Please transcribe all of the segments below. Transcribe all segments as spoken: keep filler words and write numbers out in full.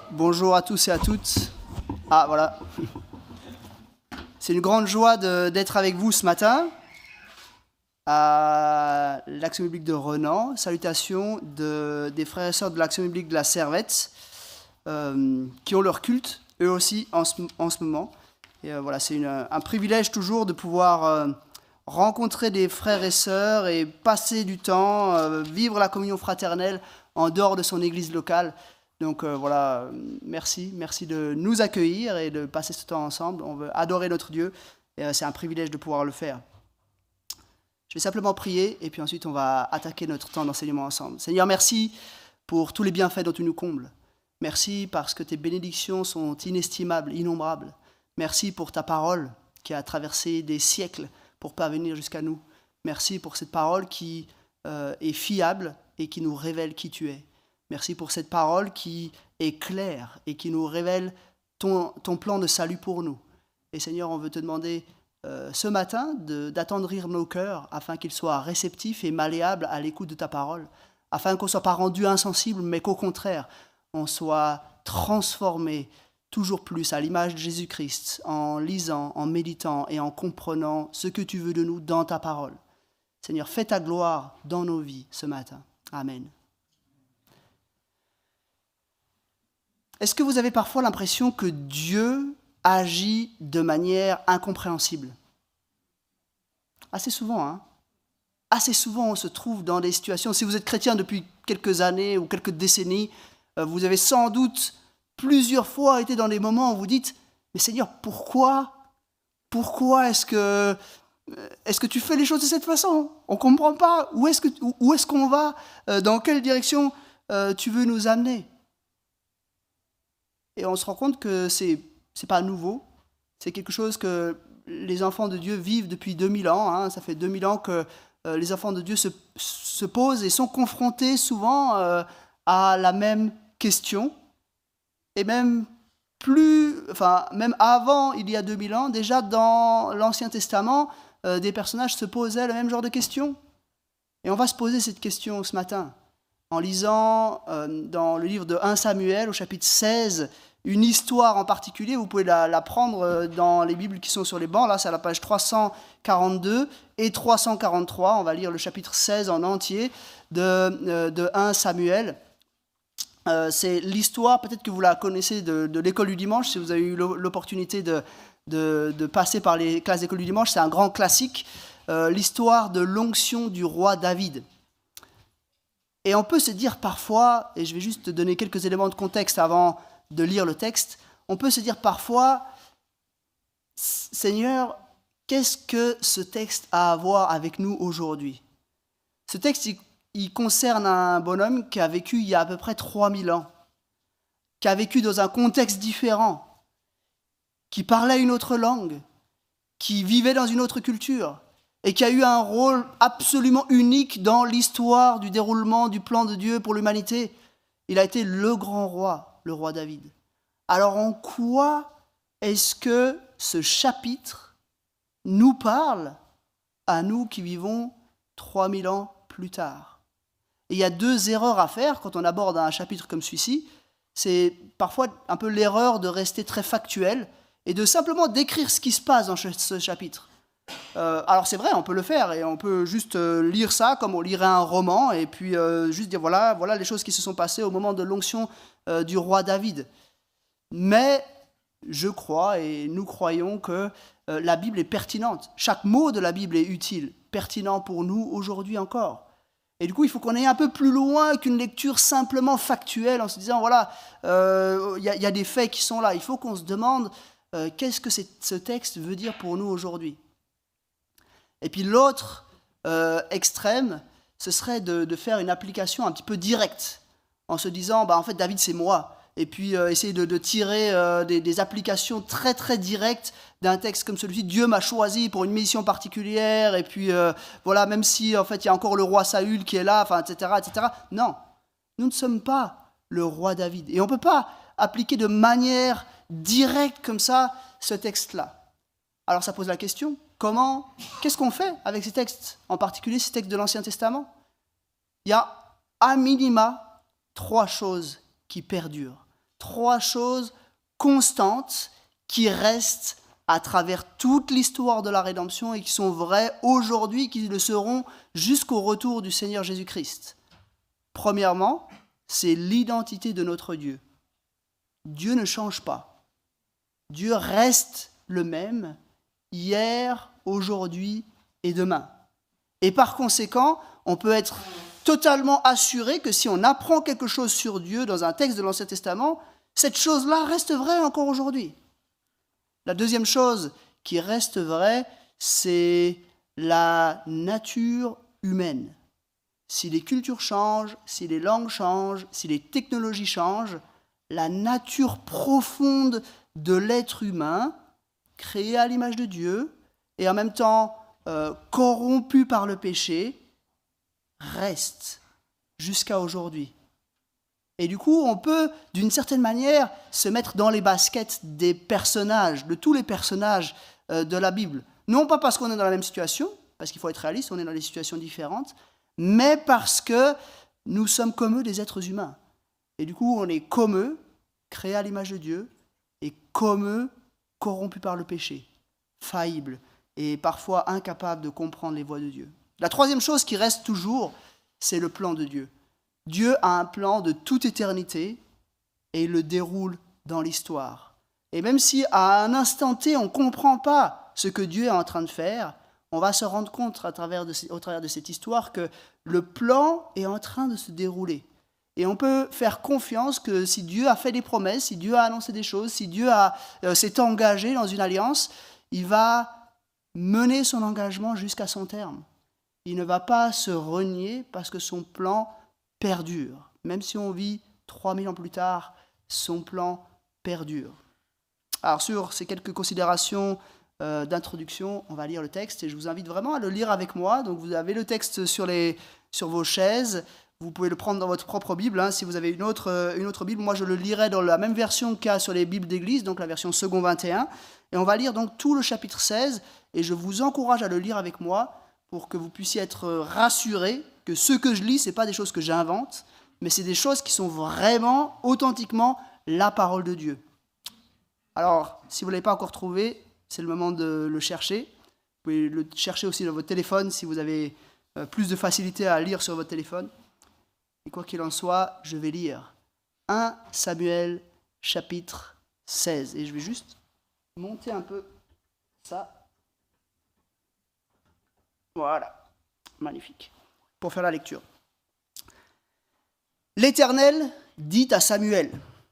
Bonjour à tous et à toutes. Ah, voilà. C'est une grande joie de- d'être avec vous ce matin à l'Action biblique de Renan. Salutations de- des frères et sœurs de l'Action biblique de la Servette euh, qui ont leur culte, eux aussi, en ce, en ce moment. Et euh, voilà, c'est une- un privilège toujours de pouvoir euh, rencontrer des frères et sœurs et passer du temps, euh, vivre la communion fraternelle en dehors de son église locale. Donc euh, voilà, euh, merci, merci de nous accueillir et de passer ce temps ensemble. On veut adorer notre Dieu et euh, c'est un privilège de pouvoir le faire. Je vais simplement prier et puis ensuite on va attaquer notre temps d'enseignement ensemble. Seigneur, merci pour tous les bienfaits dont tu nous combles. Merci parce que tes bénédictions sont inestimables, innombrables. Merci pour ta parole qui a traversé des siècles pour parvenir jusqu'à nous. Merci pour cette parole qui euh, est fiable et qui nous révèle qui tu es. Merci pour cette parole qui est claire et qui nous révèle ton, ton plan de salut pour nous. Et Seigneur, on veut te demander euh, ce matin de, d'attendrir nos cœurs afin qu'ils soient réceptifs et malléables à l'écoute de ta parole, afin qu'on ne soit pas rendu insensible, mais qu'au contraire, on soit transformé toujours plus à l'image de Jésus-Christ en lisant, en méditant et en comprenant ce que tu veux de nous dans ta parole. Seigneur, fais ta gloire dans nos vies ce matin. Amen. Est-ce que vous avez parfois l'impression que Dieu agit de manière incompréhensible? Assez souvent, hein? Assez souvent, on se trouve dans des situations, si vous êtes chrétien depuis quelques années ou quelques décennies, vous avez sans doute plusieurs fois été dans des moments où vous dites « Mais Seigneur, pourquoi Pourquoi est-ce que, est-ce que tu fais les choses de cette façon? On ne comprend pas. Où est-ce que, où est-ce qu'on va? Dans quelle direction euh, tu veux nous amener ?» Et on se rend compte que ce n'est pas nouveau. C'est quelque chose que les enfants de Dieu vivent depuis deux mille ans. Hein. Ça fait deux mille ans que euh, les enfants de Dieu se, se posent et sont confrontés souvent euh, à la même question. Et même plus, enfin, même avant, il y a deux mille ans, déjà dans l'Ancien Testament, euh, des personnages se posaient le même genre de questions. Et on va se poser cette question ce matin, en lisant euh, dans le livre de premier Samuel, au chapitre seize, une histoire en particulier. Vous pouvez la, la prendre dans les Bibles qui sont sur les bancs. Là, c'est à la page trois cent quarante-deux et trois cent quarante-trois. On va lire le chapitre seize en entier de, euh, de premier Samuel. Euh, c'est l'histoire, peut-être que vous la connaissez, de, de l'école du dimanche, si vous avez eu l'opportunité de, de, de passer par les classes d'école du dimanche, c'est un grand classique, euh, l'histoire de l'onction du roi David. Et on peut se dire parfois, et je vais juste te donner quelques éléments de contexte avant de lire le texte, on peut se dire parfois, Seigneur, qu'est-ce que ce texte a à voir avec nous aujourd'hui? Ce texte, il Il concerne un bonhomme qui a vécu il y a à peu près trois mille ans, qui a vécu dans un contexte différent, qui parlait une autre langue, qui vivait dans une autre culture et qui a eu un rôle absolument unique dans l'histoire du déroulement du plan de Dieu pour l'humanité. Il a été le grand roi, le roi David. Alors en quoi est-ce que ce chapitre nous parle à nous qui vivons trois mille ans plus tard? Et il y a deux erreurs à faire quand on aborde un chapitre comme celui-ci. C'est parfois un peu l'erreur de rester très factuel et de simplement décrire ce qui se passe dans ce chapitre. Euh, alors c'est vrai, on peut le faire et on peut juste euh, lire ça comme on lirait un roman et puis euh, juste dire voilà, voilà les choses qui se sont passées au moment de l'onction euh, du roi David. Mais je crois et nous croyons que euh, la Bible est pertinente. Chaque mot de la Bible est utile, pertinent pour nous aujourd'hui encore. Et du coup, il faut qu'on aille un peu plus loin qu'une lecture simplement factuelle en se disant, voilà, il euh, y, y a des faits qui sont là. Il faut qu'on se demande euh, qu'est-ce que ce texte veut dire pour nous aujourd'hui. Et puis l'autre euh, extrême, ce serait de, de faire une application un petit peu directe, en se disant, bah, en fait, David, c'est moi. Et puis euh, essayer de, de tirer euh, des, des applications très très directes d'un texte comme celui-ci. Dieu m'a choisi pour une mission particulière, et puis euh, voilà, même si en fait il y a encore le roi Saül qui est là, enfin, et cetera, et cetera. Non, nous ne sommes pas le roi David. Et on ne peut pas appliquer de manière directe comme ça ce texte-là. Alors ça pose la question, comment, qu'est-ce qu'on fait avec ces textes, en particulier ces textes de l'Ancien Testament? Il y a à minima trois choses qui perdurent trois choses constantes qui restent à travers toute l'histoire de la rédemption et qui sont vraies aujourd'hui, qui le seront jusqu'au retour du Seigneur Jésus-Christ. Premièrement, c'est l'identité de notre Dieu. Dieu ne change pas. Dieu reste le même hier, aujourd'hui et demain. Et par conséquent, on peut être totalement assuré que si on apprend quelque chose sur Dieu dans un texte de l'Ancien Testament, cette chose-là reste vraie encore aujourd'hui. La deuxième chose qui reste vraie, c'est la nature humaine. Si les cultures changent, si les langues changent, si les technologies changent, la nature profonde de l'être humain, créé à l'image de Dieu, et en même temps euh, corrompu par le péché, reste jusqu'à aujourd'hui. Et du coup, on peut, d'une certaine manière, se mettre dans les baskets des personnages, de tous les personnages euh, de la Bible. Non pas parce qu'on est dans la même situation, parce qu'il faut être réaliste, on est dans des situations différentes, mais parce que nous sommes comme eux des êtres humains. Et du coup, on est comme eux, créés à l'image de Dieu, et comme eux, corrompus par le péché, faillibles, et parfois incapables de comprendre les voies de Dieu. La troisième chose qui reste toujours, c'est le plan de Dieu. Dieu a un plan de toute éternité et il le déroule dans l'histoire. Et même si à un instant T, on ne comprend pas ce que Dieu est en train de faire, on va se rendre compte à travers de, au travers de cette histoire que le plan est en train de se dérouler. Et on peut faire confiance que si Dieu a fait des promesses, si Dieu a annoncé des choses, si Dieu a, euh, s'est engagé dans une alliance, il va mener son engagement jusqu'à son terme. Il ne va pas se renier parce que son plan perdure. Même si on vit trois mille ans plus tard, son plan perdure. Alors sur ces quelques considérations euh, d'introduction, on va lire le texte et je vous invite vraiment à le lire avec moi. Donc vous avez le texte sur, les, sur vos chaises. Vous pouvez le prendre dans votre propre Bible. Hein. Si vous avez une autre, une autre Bible, moi je le lirai dans la même version qu'il y a sur les Bibles d'église, donc la version second vingt et un. Et on va lire donc tout le chapitre seize et je vous encourage à le lire avec moi pour que vous puissiez être rassurés que ce que je lis, ce n'est pas des choses que j'invente, mais c'est des choses qui sont vraiment, authentiquement, la parole de Dieu. Alors, si vous ne l'avez pas encore trouvé, c'est le moment de le chercher. Vous pouvez le chercher aussi dans votre téléphone si vous avez plus de facilité à lire sur votre téléphone. Et quoi qu'il en soit, je vais lire premier Samuel chapitre seize. Et je vais juste monter un peu ça. Voilà, magnifique. Pour faire la lecture. L'Éternel dit à Samuel,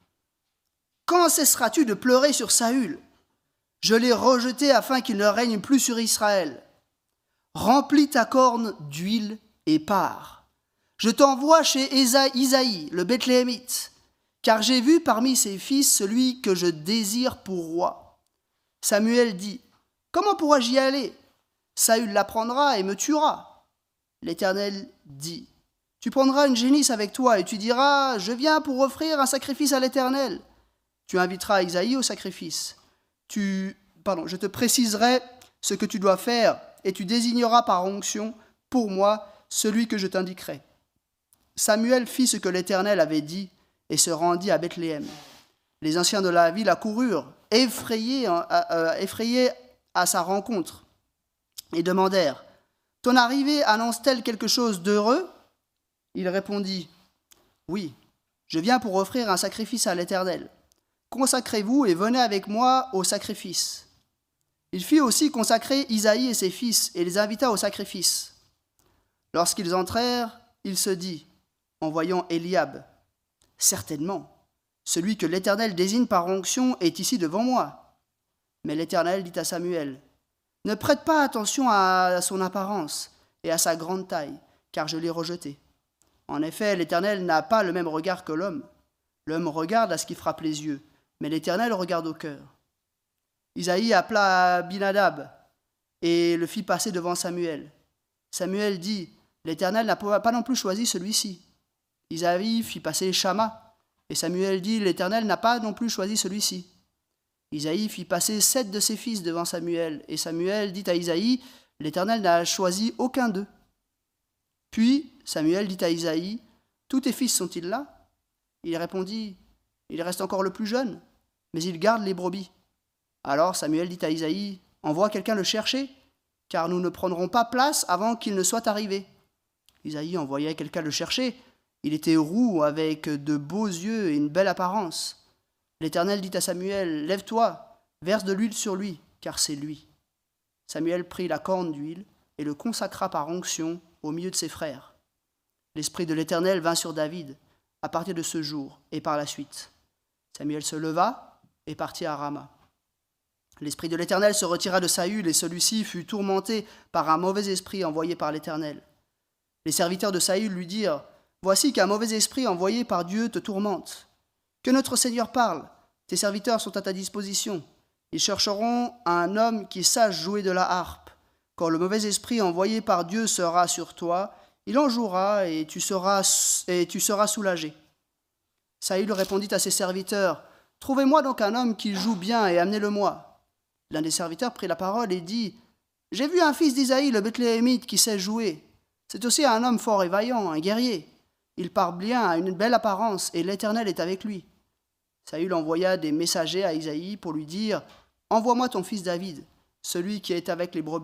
« Quand cesseras-tu de pleurer sur Saül ? Je l'ai rejeté afin qu'il ne règne plus sur Israël. Remplis ta corne d'huile et pars. Je t'envoie chez Isaïe, le Bethléemite, car j'ai vu parmi ses fils celui que je désire pour roi. » Samuel dit, « Comment pourrais-je y aller ? Saül l'apprendra et me tuera. » L'Éternel dit, « Tu prendras une génisse avec toi et tu diras, « Je viens pour offrir un sacrifice à l'Éternel. » Tu inviteras Isaïe au sacrifice. Tu, pardon, je te préciserai ce que tu dois faire et tu désigneras par onction pour moi celui que je t'indiquerai. » Samuel fit ce que l'Éternel avait dit et se rendit à Bethléem. Les anciens de la ville accoururent, effrayés, euh, effrayés à sa rencontre, et demandèrent, « Ton arrivée annonce-t-elle quelque chose d'heureux ?» Il répondit, « Oui, je viens pour offrir un sacrifice à l'Éternel. Consacrez-vous et venez avec moi au sacrifice. » Il fit aussi consacrer Isaïe et ses fils et les invita au sacrifice. Lorsqu'ils entrèrent, il se dit, en voyant Éliab, « Certainement, celui que l'Éternel désigne par onction est ici devant moi. » Mais l'Éternel dit à Samuel, « Ne prête pas attention à son apparence et à sa grande taille, car je l'ai rejeté. En effet, l'Éternel n'a pas le même regard que l'homme. L'homme regarde à ce qui frappe les yeux, mais l'Éternel regarde au cœur. » Isaïe appela Abinadab et le fit passer devant Samuel. Samuel dit, « L'Éternel n'a pas non plus choisi celui-ci. » Isaïe fit passer Shama, et Samuel dit, « L'Éternel n'a pas non plus choisi celui-ci. » Isaïe fit passer sept de ses fils devant Samuel, et Samuel dit à Isaïe, « L'Éternel n'a choisi aucun d'eux. » Puis Samuel dit à Isaïe, « Tous tes fils sont-ils là ?» Il répondit, Il reste encore le plus jeune, mais il garde les brebis. » Alors Samuel dit à Isaïe, « Envoie quelqu'un le chercher, car nous ne prendrons pas place avant qu'il ne soit arrivé. » Isaïe envoya quelqu'un le chercher. Il était roux, avec de beaux yeux et une belle apparence. L'Éternel dit à Samuel, « Lève-toi, verse de l'huile sur lui, car c'est lui. » Samuel prit la corne d'huile et le consacra par onction au milieu de ses frères. L'Esprit de l'Éternel vint sur David à partir de ce jour et par la suite. Samuel se leva et partit à Rama. L'Esprit de l'Éternel se retira de Saül et celui-ci fut tourmenté par un mauvais esprit envoyé par l'Éternel. Les serviteurs de Saül lui dirent, « Voici qu'un mauvais esprit envoyé par Dieu te tourmente. Que notre Seigneur parle, tes serviteurs sont à ta disposition. Ils chercheront un homme qui sache jouer de la harpe. Quand le mauvais esprit envoyé par Dieu sera sur toi, il en jouera et tu seras, et tu seras soulagé. » Saül répondit à ses serviteurs, « Trouvez-moi donc un homme qui joue bien et amenez-le-moi. » L'un des serviteurs prit la parole et dit, « J'ai vu un fils d'Isaïe, le Bethléemite, qui sait jouer. C'est aussi un homme fort et vaillant, un guerrier. Il parle bien, a une belle apparence, et l'Éternel est avec lui. » Saül envoya des messagers à Isaïe pour lui dire, « Envoie-moi ton fils David, celui qui est avec les brebis. »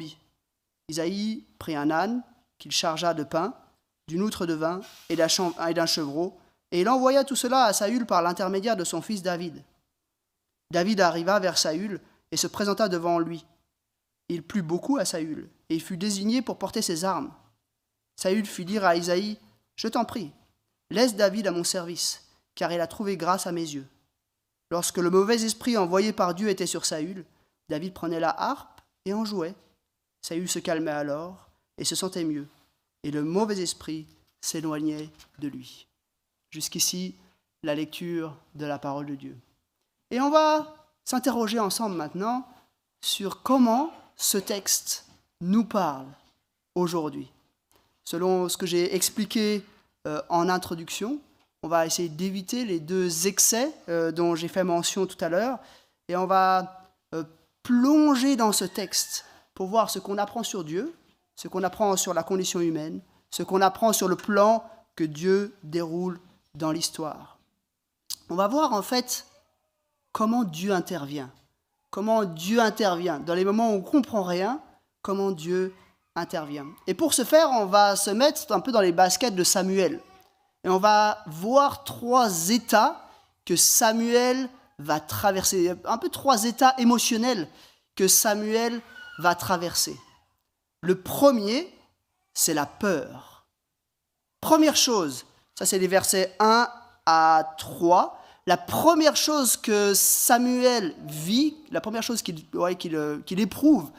Isaïe prit un âne qu'il chargea de pain, d'une outre de vin et d'un chevreau, et il envoya tout cela à Saül par l'intermédiaire de son fils David. David arriva vers Saül et se présenta devant lui. Il plut beaucoup à Saül, et il fut désigné pour porter ses armes. Saül fit dire à Isaïe, « Je t'en prie, laisse David à mon service, car il a trouvé grâce à mes yeux. » Lorsque le mauvais esprit envoyé par Dieu était sur Saül, David prenait la harpe et en jouait. Saül se calmait alors et se sentait mieux, et le mauvais esprit s'éloignait de lui. Jusqu'ici, la lecture de la parole de Dieu. Et on va s'interroger ensemble maintenant sur comment ce texte nous parle aujourd'hui. Selon ce que j'ai expliqué euh, en introduction, on va essayer d'éviter les deux excès euh, dont j'ai fait mention tout à l'heure, et on va euh, plonger dans ce texte pour voir ce qu'on apprend sur Dieu, ce qu'on apprend sur la condition humaine, ce qu'on apprend sur le plan que Dieu déroule dans l'histoire. On va voir en fait comment Dieu intervient, comment Dieu intervient dans les moments où on ne comprend rien, comment Dieu intervient. Et pour ce faire, on va se mettre un peu dans les baskets de Samuel. Et on va voir trois états que Samuel va traverser, un peu trois états émotionnels que Samuel va traverser. Le premier, c'est la peur. Première chose, ça c'est les versets un à trois. La première chose que Samuel vit, la première chose qu'il, ouais, qu'il, qu'il éprouve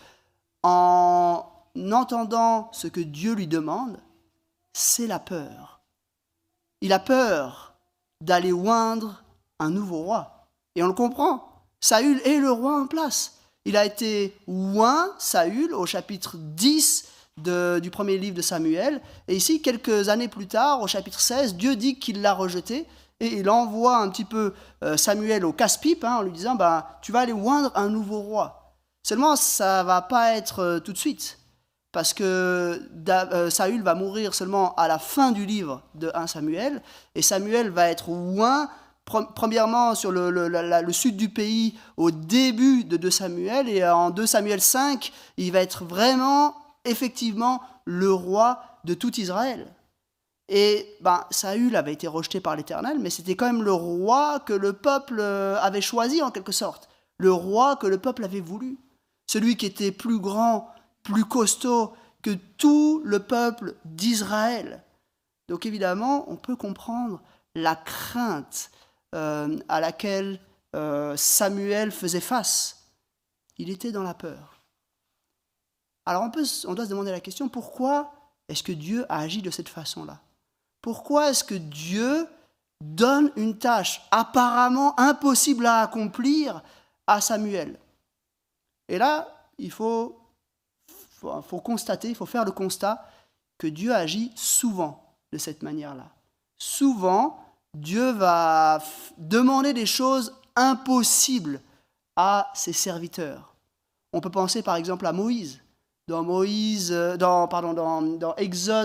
en entendant ce que Dieu lui demande, c'est la peur. Il a peur d'aller oindre un nouveau roi. Et on le comprend. Saül est le roi en place. Il a été oint, Saül, au chapitre dix de, du premier livre de Samuel. Et ici, quelques années plus tard, au chapitre seize, Dieu dit qu'il l'a rejeté. Et il envoie un petit peu euh, Samuel au casse-pipe, hein, en lui disant bah, « Tu vas aller oindre un nouveau roi. » Seulement, ça ne va pas être euh, tout de suite. Parce que euh, Saül va mourir seulement à la fin du livre de premier Samuel. Et Samuel va être oint, premièrement sur le, le, la, le sud du pays, au début de deux Samuel. Et en deux Samuel cinq, il va être vraiment, effectivement, le roi de tout Israël. Et ben, Saül avait été rejeté par l'Éternel, mais c'était quand même le roi que le peuple avait choisi en quelque sorte. Le roi que le peuple avait voulu. Celui qui était plus grand, plus costaud que tout le peuple d'Israël. Donc évidemment, on peut comprendre la crainte euh, à laquelle euh, Samuel faisait face. Il était dans la peur. Alors on, peut, on doit se demander la question, pourquoi est-ce que Dieu a agi de cette façon-là ? Pourquoi est-ce que Dieu donne une tâche apparemment impossible à accomplir à Samuel ? Et là, il faut, faut, faut constater, il faut faire le constat que Dieu agit souvent de cette manière-là. Souvent, Dieu va f- demander des choses impossibles à ses serviteurs. On peut penser par exemple à Moïse. Dans Moïse, dans, pardon, dans, dans Exode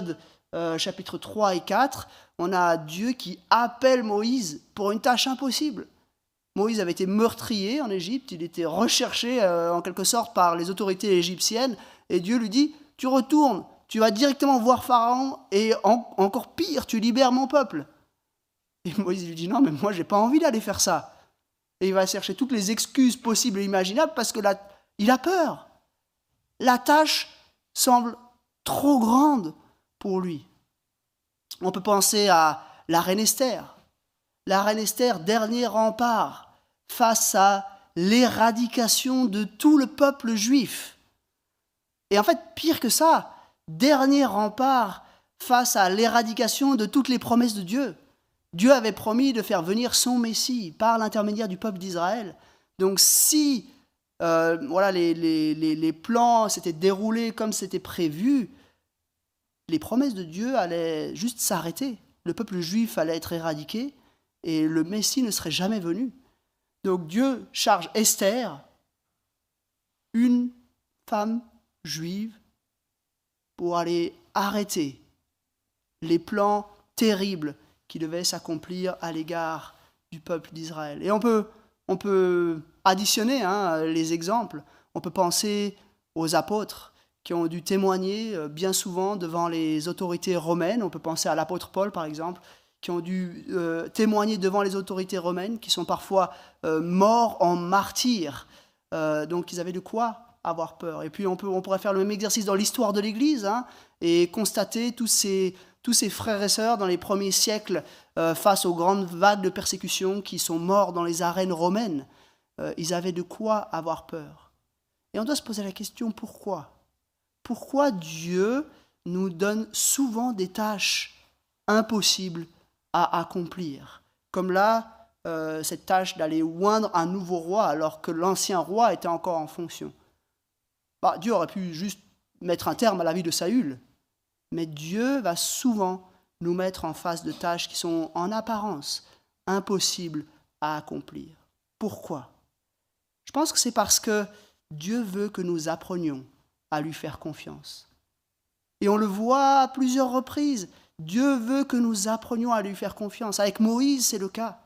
euh, chapitres trois et quatre, on a Dieu qui appelle Moïse pour une tâche impossible. Moïse avait été meurtrier en Égypte, il était recherché euh, en quelque sorte par les autorités égyptiennes, et Dieu lui dit, tu retournes, tu vas directement voir Pharaon, et en- encore pire, tu libères mon peuple. Et Moïse lui dit, non, mais moi, j'ai pas envie d'aller faire ça. Et il va chercher toutes les excuses possibles et imaginables parce que là, il a peur. La tâche semble trop grande pour lui. On peut penser à la reine Esther. La reine Esther, dernier rempart face à l'éradication de tout le peuple juif. Et en fait, pire que ça, dernier rempart face à l'éradication de toutes les promesses de Dieu. Dieu avait promis de faire venir son Messie par l'intermédiaire du peuple d'Israël. Donc si euh, voilà, les, les, les, les plans s'étaient déroulés comme c'était prévu, les promesses de Dieu allaient juste s'arrêter. Le peuple juif allait être éradiqué et le Messie ne serait jamais venu. Donc Dieu charge Esther, une femme juive, pour aller arrêter les plans terribles qui devaient s'accomplir à l'égard du peuple d'Israël. Et on peut, on peut additionner hein, les exemples. On peut penser aux apôtres qui ont dû témoigner bien souvent devant les autorités romaines. On peut penser à l'apôtre Paul, par exemple, qui ont dû euh, témoigner devant les autorités romaines, qui sont parfois euh, morts en martyrs. Euh, donc ils avaient de quoi avoir peur. Et puis on, peut, on pourrait faire le même exercice dans l'histoire de l'Église hein, et constater tous ces, tous ces frères et sœurs dans les premiers siècles euh, face aux grandes vagues de persécution qui sont morts dans les arènes romaines. Euh, ils avaient de quoi avoir peur. Et on doit se poser la question, pourquoi ? Pourquoi Dieu nous donne souvent des tâches impossibles à accomplir ? Comme là, euh, cette tâche d'aller oindre un nouveau roi alors que l'ancien roi était encore en fonction. Bah, Dieu aurait pu juste mettre un terme à la vie de Saül, mais Dieu va souvent nous mettre en face de tâches qui sont en apparence impossibles à accomplir. Pourquoi ? Je pense que c'est parce que Dieu veut que nous apprenions à lui faire confiance. Et on le voit à plusieurs reprises. Dieu veut que nous apprenions à lui faire confiance. Avec Moïse, c'est le cas.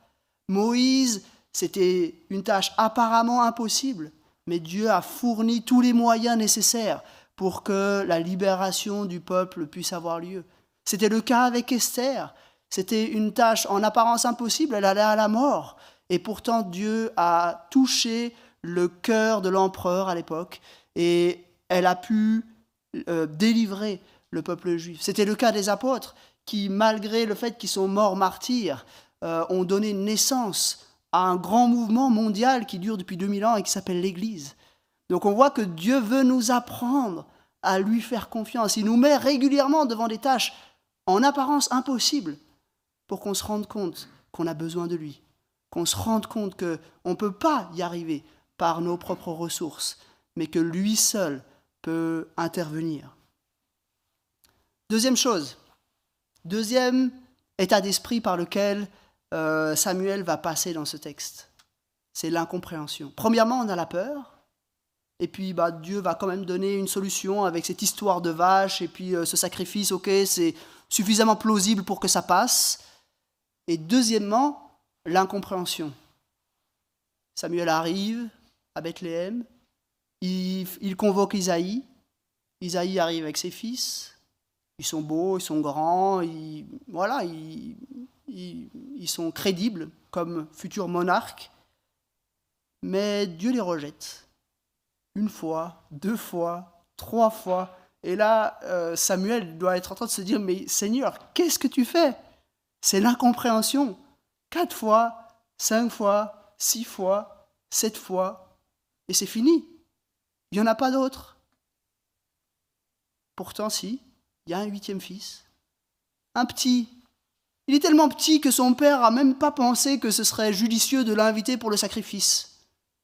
Moïse, c'était une tâche apparemment impossible, mais Dieu a fourni tous les moyens nécessaires pour que la libération du peuple puisse avoir lieu. C'était le cas avec Esther. C'était une tâche en apparence impossible, elle allait à la mort. Et pourtant, Dieu a touché le cœur de l'empereur à l'époque et elle a pu euh, délivrer le peuple juif. C'était le cas des apôtres qui, malgré le fait qu'ils sont morts martyrs, euh, ont donné naissance à un grand mouvement mondial qui dure depuis deux mille ans et qui s'appelle l'Église. Donc on voit que Dieu veut nous apprendre à lui faire confiance. Il nous met régulièrement devant des tâches en apparence impossibles pour qu'on se rende compte qu'on a besoin de lui, qu'on se rende compte qu'on ne peut pas y arriver par nos propres ressources, mais que lui seul peut intervenir. Deuxième chose, deuxième état d'esprit par lequel euh, Samuel va passer dans ce texte, c'est l'incompréhension. Premièrement, on a la peur, et puis bah, Dieu va quand même donner une solution avec cette histoire de vache, et puis euh, ce sacrifice, ok, c'est suffisamment plausible pour que ça passe. Et deuxièmement, l'incompréhension. Samuel arrive à Bethléem, il, il convoque Isaïe, Isaïe arrive avec ses fils, ils sont beaux, ils sont grands, ils, voilà, ils, ils, ils sont crédibles comme futurs monarques, mais Dieu les rejette. Une fois, deux fois, trois fois, et là, euh, Samuel doit être en train de se dire, mais Seigneur, qu'est-ce que tu fais ? C'est l'incompréhension. Quatre fois, cinq fois, six fois, sept fois, et c'est fini. Il n'y en a pas d'autres. Pourtant, si, il y a un huitième fils, un petit. Il est tellement petit que son père n'a même pas pensé que ce serait judicieux de l'inviter pour le sacrifice.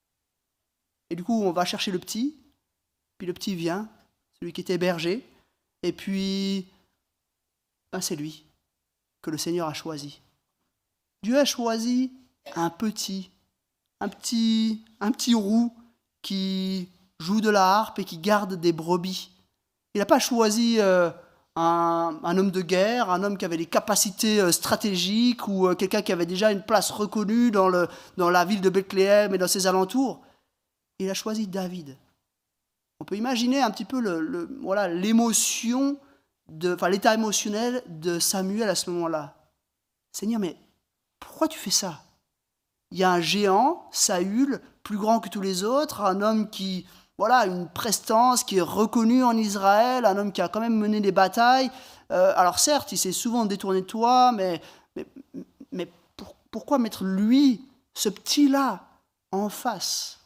Et du coup, on va chercher le petit, puis le petit vient, celui qui était berger, et puis, ben c'est lui que le Seigneur a choisi. Dieu a choisi un petit, un petit, un petit roux qui joue de la harpe et qui garde des brebis. Il n'a pas choisi euh, un, un homme de guerre, un homme qui avait des capacités euh, stratégiques ou euh, quelqu'un qui avait déjà une place reconnue dans, le, dans la ville de Bethléem et dans ses alentours. Il a choisi David. On peut imaginer un petit peu le, le, voilà, l'émotion, de, enfin, l'état émotionnel de Samuel à ce moment-là. Seigneur, mais pourquoi tu fais ça? Il y a un géant, Saül, plus grand que tous les autres, un homme qui, voilà, une prestance, qui est reconnu en Israël, un homme qui a quand même mené des batailles. Euh, alors certes, il s'est souvent détourné de toi, mais, mais, mais pour, pourquoi mettre lui, ce petit-là, en face?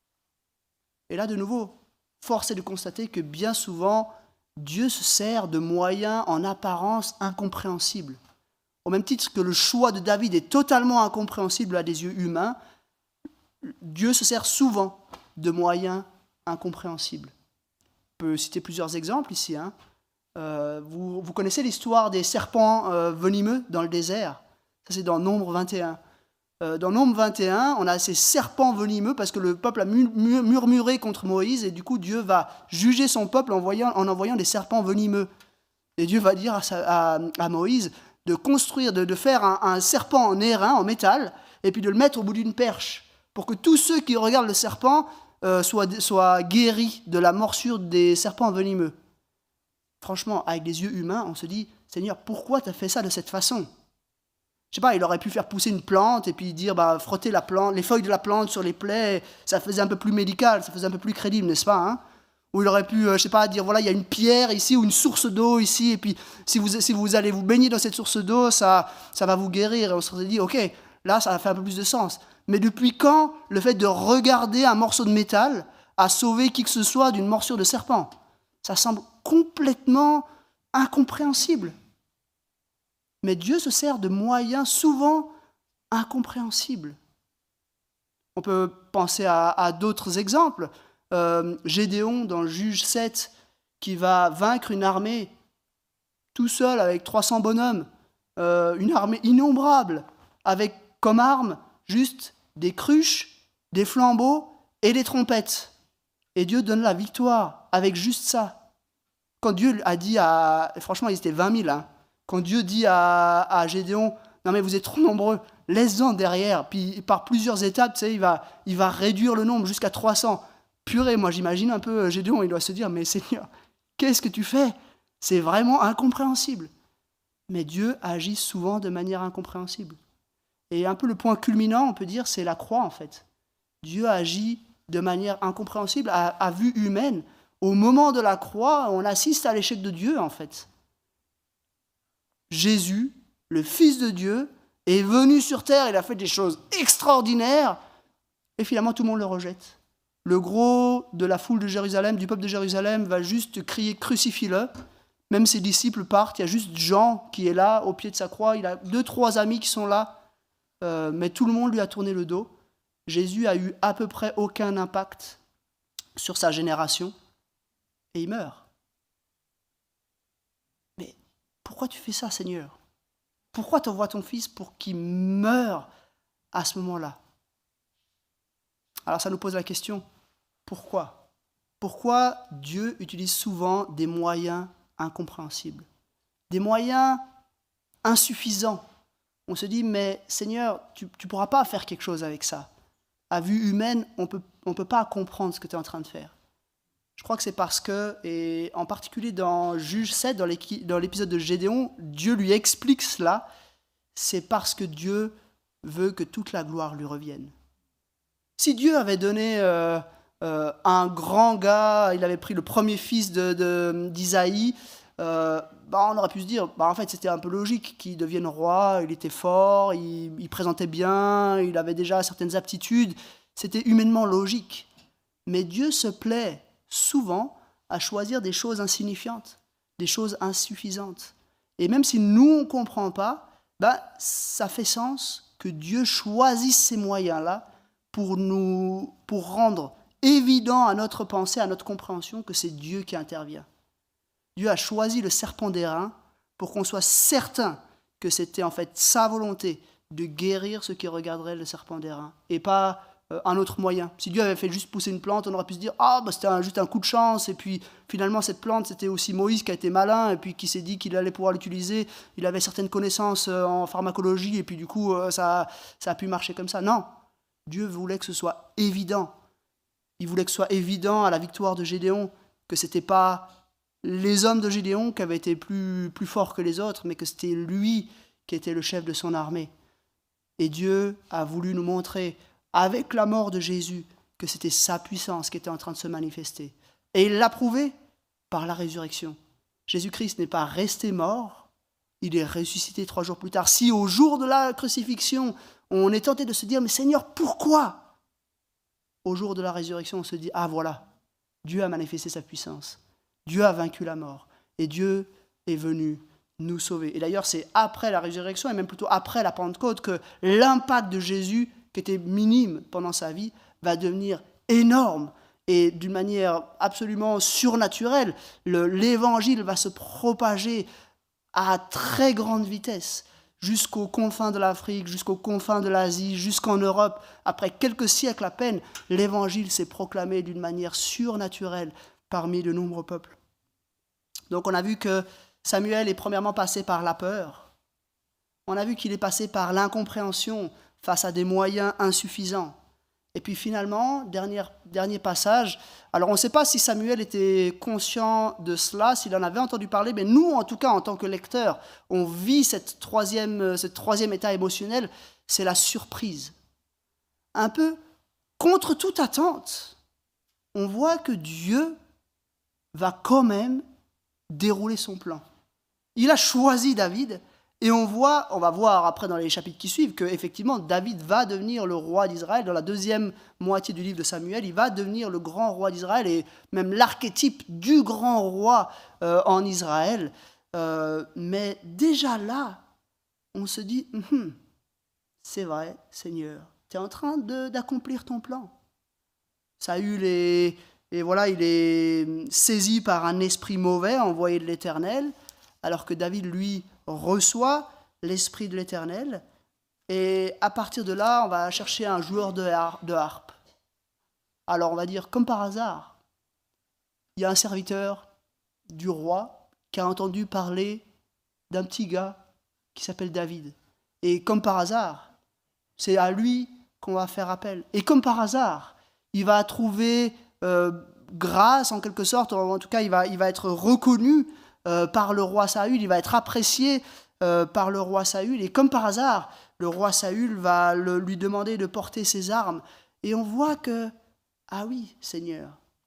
Et là, de nouveau, force est de constater que bien souvent, Dieu se sert de moyens en apparence incompréhensibles. Au même titre que le choix de David est totalement incompréhensible à des yeux humains, Dieu se sert souvent de moyens incompréhensibles. On peut citer plusieurs exemples ici. Hein. Euh, vous, vous connaissez l'histoire des serpents euh, venimeux dans le désert? Ça, c'est dans Nombre vingt et un. Euh, dans Nombre vingt et un, on a ces serpents venimeux parce que le peuple a murmuré contre Moïse et du coup, Dieu va juger son peuple en, voyant, en envoyant des serpents venimeux. Et Dieu va dire à, à, à Moïse de construire, de, de faire un, un serpent en airain, en métal, et puis de le mettre au bout d'une perche, pour que tous ceux qui regardent le serpent euh, soient, soient guéris de la morsure des serpents venimeux. Franchement, avec des yeux humains, on se dit, Seigneur, pourquoi tu as fait ça de cette façon? Je sais pas, il aurait pu faire pousser une plante et puis dire, bah, frotter la plante, les feuilles de la plante sur les plaies, ça faisait un peu plus médical, ça faisait un peu plus crédible, n'est-ce pas, hein? Ou il aurait pu, euh, je sais pas, dire, voilà, il y a une pierre ici ou une source d'eau ici, et puis si vous, si vous allez vous baigner dans cette source d'eau, ça, ça va vous guérir. Et on se serait dit, ok, là, ça a fait un peu plus de sens. Mais depuis quand le fait de regarder un morceau de métal a sauvé qui que ce soit d'une morsure de serpent? Ça semble complètement incompréhensible. Mais Dieu se sert de moyens souvent incompréhensibles. On peut penser à, à d'autres exemples. Euh, Gédéon, dans Juge sept, qui va vaincre une armée tout seul avec trois cents bonhommes, euh, une armée innombrable, avec comme arme juste des cruches, des flambeaux et des trompettes. Et Dieu donne la victoire avec juste ça. Quand Dieu a dit à... Franchement, ils étaient vingt mille. Hein, quand Dieu dit à, à Gédéon, non mais vous êtes trop nombreux, laisse-en derrière. Puis par plusieurs étapes, tu sais, il va, il va réduire le nombre jusqu'à trois cents. Purée, moi j'imagine un peu Gédéon, il doit se dire, mais Seigneur, qu'est-ce que tu fais? C'est vraiment incompréhensible. Mais Dieu agit souvent de manière incompréhensible. Et un peu le point culminant, on peut dire, c'est la croix en fait. Dieu agit de manière incompréhensible à, à vue humaine. Au moment de la croix, on assiste à l'échec de Dieu en fait. Jésus, le Fils de Dieu, est venu sur terre, il a fait des choses extraordinaires, et finalement tout le monde le rejette. Le gros de la foule de Jérusalem, du peuple de Jérusalem, va juste crier « Crucifie-le ». Même ses disciples partent, il y a juste Jean qui est là, au pied de sa croix. Il a deux, trois amis qui sont là, euh, mais tout le monde lui a tourné le dos. Jésus a eu à peu près aucun impact sur sa génération, et il meurt. Mais pourquoi tu fais ça, Seigneur? Pourquoi t'envoies ton Fils pour qu'il meure à ce moment-là? Alors ça nous pose la question, pourquoi? Pourquoi Dieu utilise souvent des moyens incompréhensibles, des moyens insuffisants? On se dit, mais Seigneur, tu ne pourras pas faire quelque chose avec ça. À vue humaine, on peut, on peut pas comprendre ce que tu es en train de faire. Je crois que c'est parce que, et en particulier dans Juge sept, dans l'épisode de Gédéon, Dieu lui explique cela, c'est parce que Dieu veut que toute la gloire lui revienne. Si Dieu avait donné euh, euh, un grand gars, il avait pris le premier fils de, de, d'Isaïe, euh, bah on aurait pu se dire, bah en fait c'était un peu logique qu'il devienne roi, il était fort, il, il présentait bien, il avait déjà certaines aptitudes, c'était humainement logique. Mais Dieu se plaît souvent à choisir des choses insignifiantes, des choses insuffisantes. Et même si nous on ne comprend pas, bah, ça fait sens que Dieu choisisse ces moyens-là pour nous, pour rendre évident à notre pensée, à notre compréhension, que c'est Dieu qui intervient. Dieu a choisi le serpent d'airain pour qu'on soit certain que c'était en fait sa volonté de guérir ceux qui regarderaient le serpent d'airain, et pas euh, un autre moyen. Si Dieu avait fait juste pousser une plante, on aurait pu se dire « Ah, bah, c'était un- juste un coup de chance, et puis finalement cette plante, c'était aussi Moïse qui a été malin, et puis qui s'est dit qu'il allait pouvoir l'utiliser, il avait certaines connaissances euh, en pharmacologie, et puis du coup, euh, ça, ça a pu marcher comme ça. » Non, Dieu voulait que ce soit évident. Il voulait que ce soit évident à la victoire de Gédéon que ce n'était pas les hommes de Gédéon qui avaient été plus, plus forts que les autres, mais que c'était lui qui était le chef de son armée. Et Dieu a voulu nous montrer, avec la mort de Jésus, que c'était sa puissance qui était en train de se manifester. Et il l'a prouvé par la résurrection. Jésus-Christ n'est pas resté mort, il est ressuscité trois jours plus tard. Si au jour de la crucifixion, on est tenté de se dire « Mais Seigneur, pourquoi ?» Au jour de la résurrection, on se dit « Ah voilà, Dieu a manifesté sa puissance. Dieu a vaincu la mort. Et Dieu est venu nous sauver. » Et d'ailleurs, c'est après la résurrection, et même plutôt après la Pentecôte, que l'impact de Jésus, qui était minime pendant sa vie, va devenir énorme. Et d'une manière absolument surnaturelle, le, l'évangile va se propager à très grande vitesse, jusqu'aux confins de l'Afrique, jusqu'aux confins de l'Asie, jusqu'en Europe. Après quelques siècles à peine, l'évangile s'est proclamé d'une manière surnaturelle parmi de nombreux peuples. Donc on a vu que Samuel est premièrement passé par la peur. On a vu qu'il est passé par l'incompréhension face à des moyens insuffisants. Et puis finalement, dernier, dernier passage, alors on ne sait pas si Samuel était conscient de cela, s'il en avait entendu parler, mais nous, en tout cas, en tant que lecteurs, on vit cette troisième, ce troisième état émotionnel, c'est la surprise. Un peu contre toute attente, on voit que Dieu va quand même dérouler son plan. Il a choisi David, et on voit, on va voir après dans les chapitres qui suivent, qu'effectivement David va devenir le roi d'Israël. Dans la deuxième moitié du livre de Samuel, il va devenir le grand roi d'Israël, et même l'archétype du grand roi euh, en Israël. Euh, mais déjà là, on se dit, hm, c'est vrai, Seigneur, tu es en train de, d'accomplir ton plan. Saül est, et voilà, il est saisi par un esprit mauvais envoyé de l'Éternel, alors que David, lui, reçoit l'esprit de l'Éternel. Et à partir de là, on va chercher un joueur de harpe. Alors on va dire, comme par hasard, il y a un serviteur du roi qui a entendu parler d'un petit gars qui s'appelle David. Et comme par hasard, c'est à lui qu'on va faire appel. Et comme par hasard, il va trouver euh, grâce, en quelque sorte, en tout cas, il va, il va être reconnu euh, par le roi Saül, il va être apprécié euh, par le roi Saül. Et comme par hasard, le roi Saül va le, lui demander de porter ses armes. Et on voit que, ah oui, Seigneur,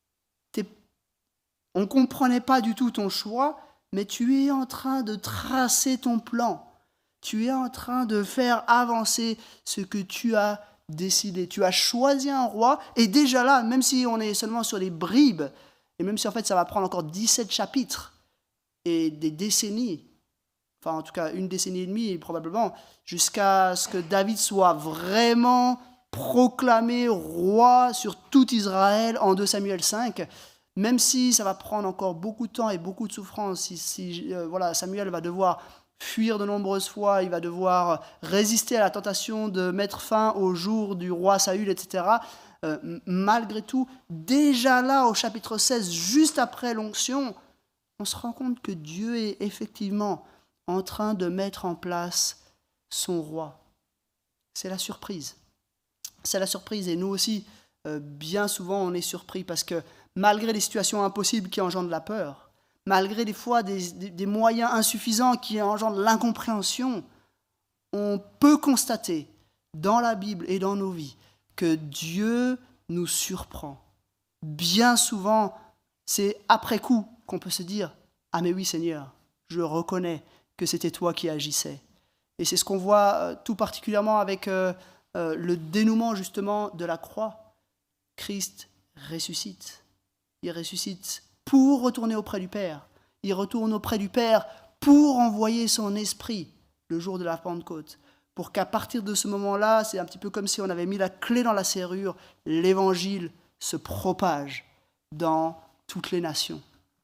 on ne comprenait pas du tout ton choix, mais tu es en train de tracer ton plan. Tu es en train de faire avancer ce que tu as décidé. Tu as choisi un roi, et déjà là, même si on est seulement sur les bribes, et même si en fait ça va prendre encore dix-sept chapitres, et des décennies, enfin en tout cas une décennie et demie probablement, jusqu'à ce que David soit vraiment proclamé roi sur tout Israël en deux Samuel cinq, même si ça va prendre encore beaucoup de temps et beaucoup de souffrance, si, si euh, voilà, Samuel va devoir fuir de nombreuses fois, il va devoir résister à la tentation de mettre fin au jour du roi Saül, et cetera. Euh, malgré tout, déjà là, au chapitre seize, juste après l'onction, on se rend compte que Dieu est effectivement en train de mettre en place son roi. C'est la surprise. C'est la surprise, et nous aussi, euh, bien souvent, on est surpris parce que malgré des situations impossibles qui engendrent la peur, malgré des fois des, des, des moyens insuffisants qui engendrent l'incompréhension, on peut constater dans la Bible et dans nos vies que Dieu nous surprend. Bien souvent, c'est après coup qu'on peut se dire « Ah mais oui Seigneur, je reconnais que c'était toi qui agissais ». Et c'est ce qu'on voit euh, tout particulièrement avec euh, euh, le dénouement justement de la croix. Christ ressuscite. Il ressuscite pour retourner auprès du Père. Il retourne auprès du Père pour envoyer son esprit le jour de la Pentecôte. Pour qu'à partir de ce moment-là, c'est un petit peu comme si on avait mis la clé dans la serrure, l'évangile se propage dans toutes les nations.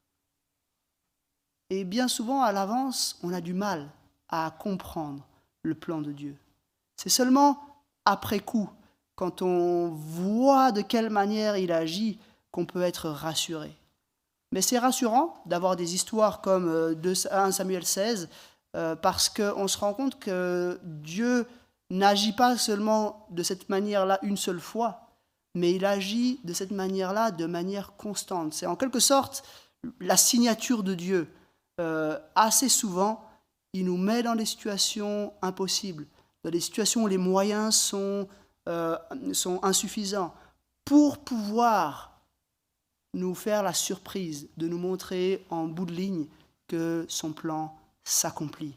Et bien souvent, à l'avance, on a du mal à comprendre le plan de Dieu. C'est seulement après coup quand on voit de quelle manière il agit, qu'on peut être rassuré. Mais c'est rassurant d'avoir des histoires comme euh, de premier Samuel seize, euh, parce qu'on se rend compte que Dieu n'agit pas seulement de cette manière-là une seule fois, mais il agit de cette manière-là de manière constante. C'est en quelque sorte la signature de Dieu. Euh, assez souvent, il nous met dans des situations impossibles, dans des situations où les moyens sont, euh, sont insuffisants, pour pouvoir nous faire la surprise de nous montrer en bout de ligne que son plan s'accomplit.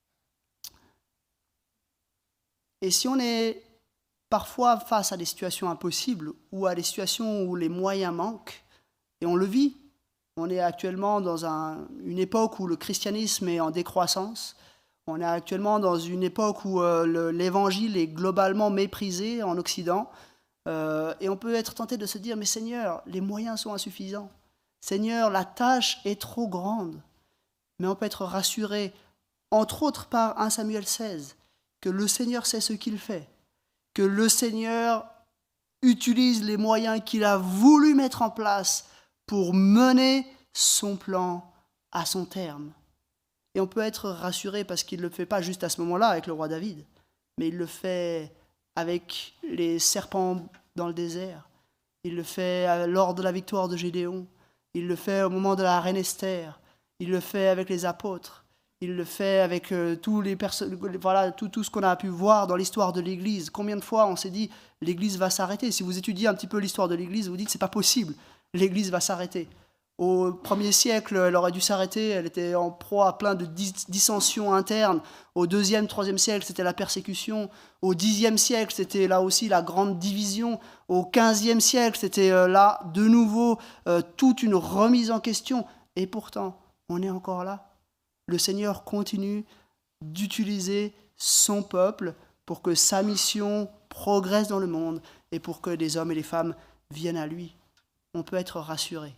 Et si on est parfois face à des situations impossibles ou à des situations où les moyens manquent, et on le vit, on est actuellement dans un, une époque où le christianisme est en décroissance, on est actuellement dans une époque où euh, le, l'évangile est globalement méprisé en Occident, Euh, et on peut être tenté de se dire, mais Seigneur, les moyens sont insuffisants. Seigneur, la tâche est trop grande. Mais on peut être rassuré, entre autres par premier Samuel seize, que le Seigneur sait ce qu'il fait, que le Seigneur utilise les moyens qu'il a voulu mettre en place pour mener son plan à son terme. Et on peut être rassuré parce qu'il ne le fait pas juste à ce moment-là avec le roi David, mais il le fait avec les serpents dans le désert. Il le fait lors de la victoire de Gédéon. Il le fait au moment de la reine Esther. Il le fait avec les apôtres. Il le fait avec euh, tous les perso- voilà, tout, tout ce qu'on a pu voir dans l'histoire de l'Église. Combien de fois on s'est dit « l'Église va s'arrêter ». Si vous étudiez un petit peu l'histoire de l'Église, vous dites « c'est pas possible, l'Église va s'arrêter ». Au premier siècle, elle aurait dû s'arrêter, elle était en proie à plein de dis- dissensions internes. Au deuxième, troisième siècle, c'était la persécution. Au dixième siècle, c'était là aussi la grande division. Au quinzième siècle, c'était euh, là, de nouveau, euh, toute une remise en question. Et pourtant, on est encore là. Le Seigneur continue d'utiliser son peuple pour que sa mission progresse dans le monde et pour que des hommes et des femmes viennent à lui. On peut être rassuré.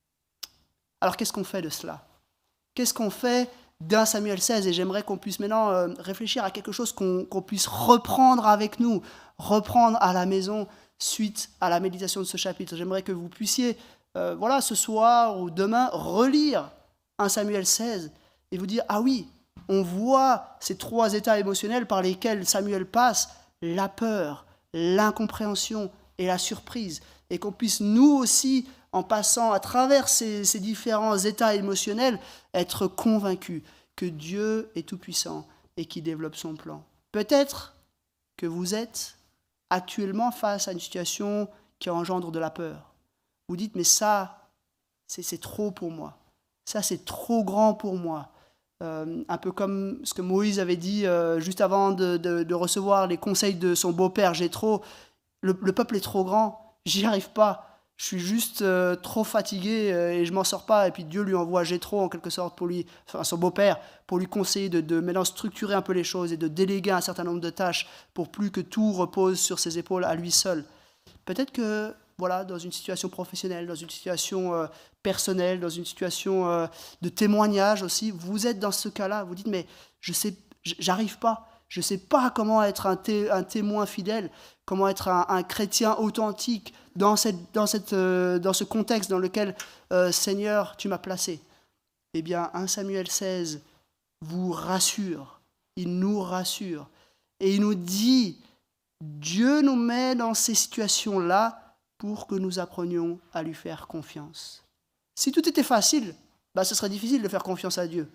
Alors qu'est-ce qu'on fait de cela? Qu'est-ce qu'on fait d'un Samuel seize? Et j'aimerais qu'on puisse maintenant euh, réfléchir à quelque chose qu'on, qu'on puisse reprendre avec nous, reprendre à la maison suite à la méditation de ce chapitre. J'aimerais que vous puissiez, euh, voilà, ce soir ou demain, relire un Samuel seize et vous dire, ah oui, on voit ces trois états émotionnels par lesquels Samuel passe, la peur, l'incompréhension et la surprise, et qu'on puisse nous aussi, en passant à travers ces, ces différents états émotionnels, être convaincus que Dieu est tout-puissant et qu'il développe son plan. Peut-être que vous êtes actuellement face à une situation qui engendre de la peur. Vous dites, mais ça, c'est, c'est trop pour moi. Ça, c'est trop grand pour moi. Euh, un peu comme ce que Moïse avait dit euh, juste avant de, de, de recevoir les conseils de son beau-père Jéthro. Le, le peuple est trop grand, j'y arrive pas. Je suis juste euh, trop fatigué euh, et je m'en sors pas. Et puis Dieu lui envoie Jéthro en quelque sorte pour lui, enfin son beau-père, pour lui conseiller de, de maintenant structurer un peu les choses et de déléguer un certain nombre de tâches pour plus que tout repose sur ses épaules à lui seul. Peut-être que voilà, dans une situation professionnelle, dans une situation euh, personnelle, dans une situation euh, de témoignage aussi, vous êtes dans ce cas-là. Vous dites mais je sais, j'arrive pas. Je ne sais pas comment être un, té- un témoin fidèle, comment être un, un chrétien authentique dans, cette, dans, cette, euh, dans ce contexte dans lequel, euh, Seigneur, tu m'as placé. Eh bien, premier Samuel seize vous rassure, il nous rassure. Et il nous dit, Dieu nous met dans ces situations-là pour que nous apprenions à lui faire confiance. Si tout était facile, bah, ce serait difficile de faire confiance à Dieu.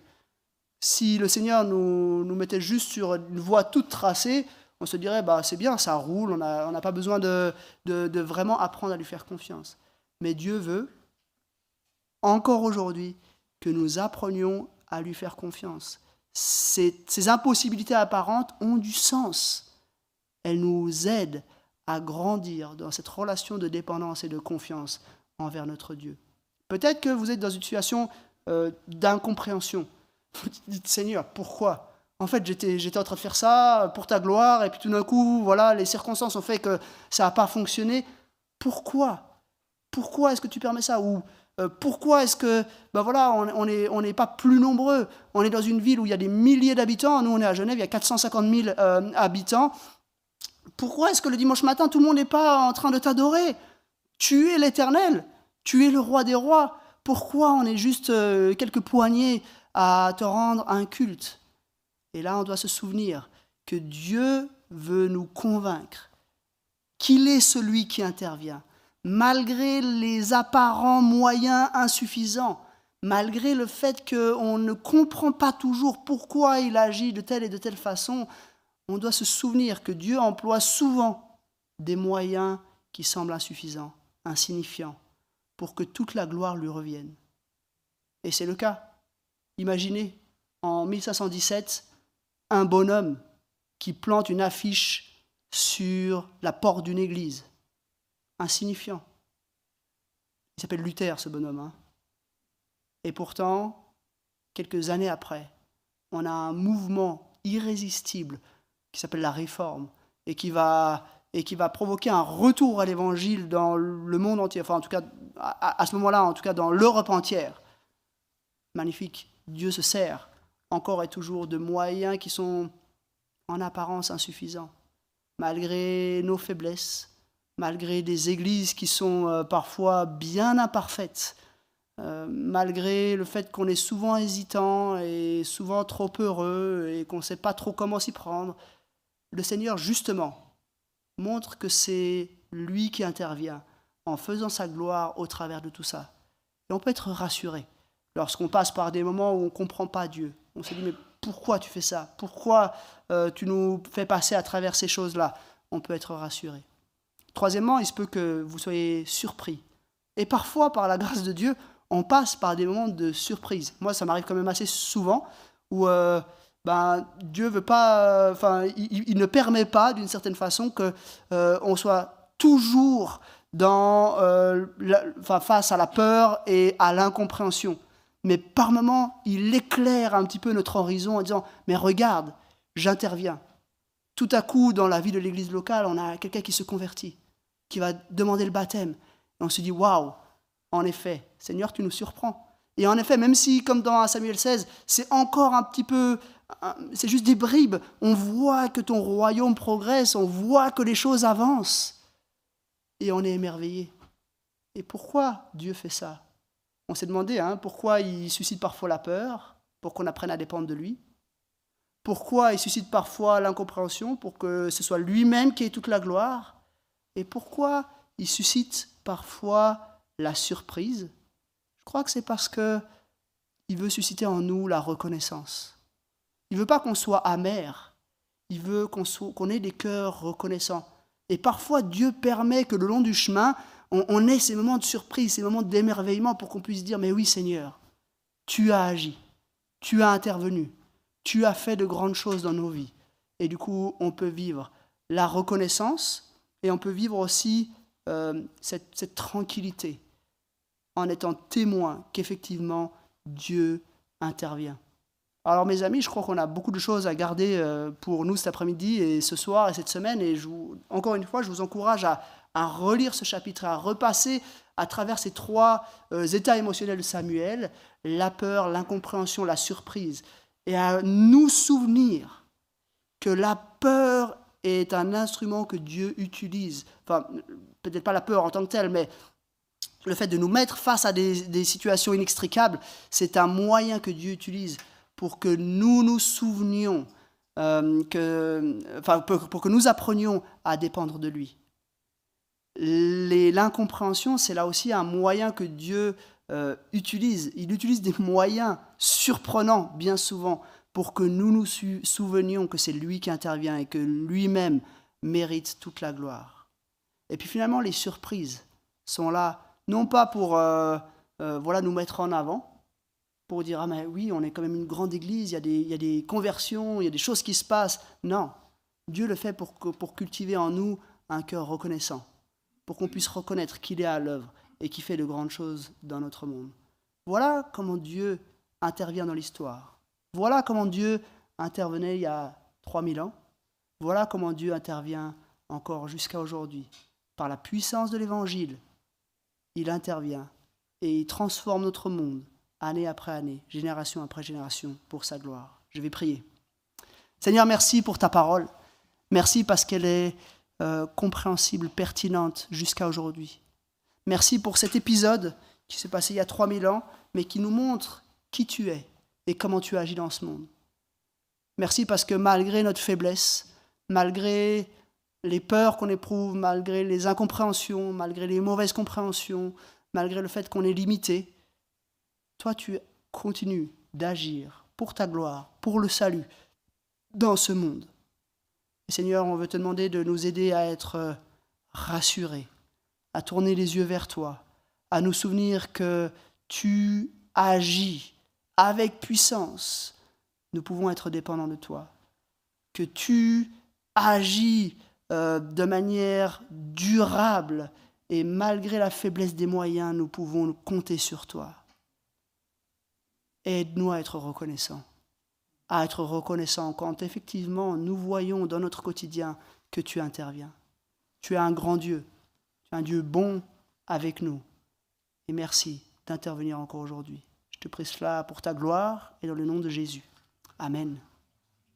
Si le Seigneur nous, nous mettait juste sur une voie toute tracée, on se dirait, bah, c'est bien, ça roule, on n'a on n'a pas besoin de, de, de vraiment apprendre à lui faire confiance. Mais Dieu veut, encore aujourd'hui, que nous apprenions à lui faire confiance. Ces, ces impossibilités apparentes ont du sens. Elles nous aident à grandir dans cette relation de dépendance et de confiance envers notre Dieu. Peut-être que vous êtes dans une situation euh, d'incompréhension. Vous dites, Seigneur, pourquoi? En fait, j'étais, j'étais en train de faire ça pour ta gloire, et puis tout d'un coup, voilà, les circonstances ont fait que ça n'a pas fonctionné. Pourquoi? Pourquoi est-ce que tu permets ça? Ou euh, pourquoi est-ce que, ben voilà, on on est, on n'est pas plus nombreux? On est dans une ville où il y a des milliers d'habitants. Nous, on est à Genève, il y a quatre cent cinquante mille euh, habitants. Pourquoi est-ce que le dimanche matin, tout le monde n'est pas en train de t'adorer? Tu es l'Éternel, tu es le roi des rois. Pourquoi on est juste euh, quelques poignées à te rendre un culte? Et là, on doit se souvenir que Dieu veut nous convaincre qu'il est celui qui intervient, malgré les apparents moyens insuffisants, malgré le fait qu'on ne comprend pas toujours pourquoi il agit de telle et de telle façon. On doit se souvenir que Dieu emploie souvent des moyens qui semblent insuffisants, insignifiants, pour que toute la gloire lui revienne. Et c'est le cas. Imaginez, en mille cinq cent dix-sept, un bonhomme qui plante une affiche sur la porte d'une église. Insignifiant. Il s'appelle Luther, ce bonhomme. Hein. Et pourtant, quelques années après, on a un mouvement irrésistible qui s'appelle la Réforme et qui va, et qui va provoquer un retour à l'Évangile dans le monde entier. Enfin, en tout cas, à, à ce moment-là, en tout cas, dans l'Europe entière. Magnifique. Dieu se sert encore et toujours de moyens qui sont en apparence insuffisants, malgré nos faiblesses, malgré des églises qui sont euh, parfois bien imparfaites, euh, malgré le fait qu'on est souvent hésitant et souvent trop heureux et qu'on ne sait pas trop comment s'y prendre. Le Seigneur, justement, montre que c'est lui qui intervient en faisant sa gloire au travers de tout ça. Et on peut être rassuré lorsqu'on passe par des moments où on ne comprend pas Dieu. On se dit, mais pourquoi tu fais ça? Pourquoi euh, tu nous fais passer à travers ces choses-là? On peut être rassuré. Troisièmement, il se peut que vous soyez surpris. Et parfois, par la grâce de Dieu, on passe par des moments de surprise. Moi, ça m'arrive quand même assez souvent où euh, ben, Dieu veut pas, enfin, euh, il, il ne permet pas, d'une certaine façon, qu'on euh, soit toujours dans, euh, la, enfin, face à la peur et à l'incompréhension. Mais par moments, il éclaire un petit peu notre horizon en disant « Mais regarde, j'interviens ». Tout à coup, dans la vie de l'église locale, on a quelqu'un qui se convertit, qui va demander le baptême. Et on se dit « Waouh, en effet, Seigneur, tu nous surprends ». Et en effet, même si, comme dans Samuel seize, c'est encore un petit peu, c'est juste des bribes, on voit que ton royaume progresse, on voit que les choses avancent. Et on est émerveillé. Et pourquoi Dieu fait ça? On s'est demandé hein, pourquoi il suscite parfois la peur, pour qu'on apprenne à dépendre de lui. Pourquoi il suscite parfois l'incompréhension, pour que ce soit lui-même qui ait toute la gloire. Et pourquoi il suscite parfois la surprise. Je crois que c'est parce qu'il veut susciter en nous la reconnaissance. Il ne veut pas qu'on soit amer, il veut qu'on, soit, qu'on ait des cœurs reconnaissants. Et parfois, Dieu permet que le long du chemin, on, on ait ces moments de surprise, ces moments d'émerveillement pour qu'on puisse dire « Mais oui Seigneur, tu as agi, tu as intervenu, tu as fait de grandes choses dans nos vies. » Et du coup, on peut vivre la reconnaissance et on peut vivre aussi euh, cette, cette tranquillité en étant témoin qu'effectivement, Dieu intervient. Alors mes amis, je crois qu'on a beaucoup de choses à garder pour nous cet après-midi et ce soir et cette semaine. Et je vous, encore une fois, je vous encourage à, à relire ce chapitre, à repasser à travers ces trois euh, états émotionnels de Samuel, la peur, l'incompréhension, la surprise, et à nous souvenir que la peur est un instrument que Dieu utilise. Enfin, peut-être pas la peur en tant que telle, mais le fait de nous mettre face à des, des situations inextricables, c'est un moyen que Dieu utilise pour que nous nous souvenions, euh, que, enfin, pour, pour que nous apprenions à dépendre de lui. Les, l'incompréhension, c'est là aussi un moyen que Dieu euh, utilise. Il utilise des moyens surprenants, bien souvent, pour que nous nous su- souvenions que c'est lui qui intervient et que lui-même mérite toute la gloire. Et puis finalement, les surprises sont là, non pas pour euh, euh, voilà, nous mettre en avant, pour dire « Ah mais oui, on est quand même une grande église, il y a des, il y a des conversions, il y a des choses qui se passent. » Non, Dieu le fait pour, pour cultiver en nous un cœur reconnaissant, pour qu'on puisse reconnaître qu'il est à l'œuvre et qu'il fait de grandes choses dans notre monde. Voilà comment Dieu intervient dans l'histoire. Voilà comment Dieu intervenait il y a trois mille ans. Voilà comment Dieu intervient encore jusqu'à aujourd'hui. Par la puissance de l'Évangile, il intervient et il transforme notre monde, année après année, génération après génération, pour sa gloire. Je vais prier. Seigneur, merci pour ta parole. Merci parce qu'elle est euh, compréhensible, pertinente jusqu'à aujourd'hui. Merci pour cet épisode qui s'est passé il y a trois mille ans, mais qui nous montre qui tu es et comment tu agis dans ce monde. Merci parce que malgré notre faiblesse, malgré les peurs qu'on éprouve, malgré les incompréhensions, malgré les mauvaises compréhensions, malgré le fait qu'on est limité, toi tu continues d'agir pour ta gloire, pour le salut dans ce monde. Et Seigneur, on veut te demander de nous aider à être rassurés, à tourner les yeux vers toi, à nous souvenir que tu agis avec puissance. Nous pouvons être dépendants de toi. Que tu agis euh, de manière durable et malgré la faiblesse des moyens, nous pouvons compter sur toi. Aide-nous à être reconnaissants. À être reconnaissants quand effectivement nous voyons dans notre quotidien que tu interviens. Tu es un grand Dieu. Tu es un Dieu bon avec nous. Et merci d'intervenir encore aujourd'hui. Je te prie cela pour ta gloire et dans le nom de Jésus. Amen.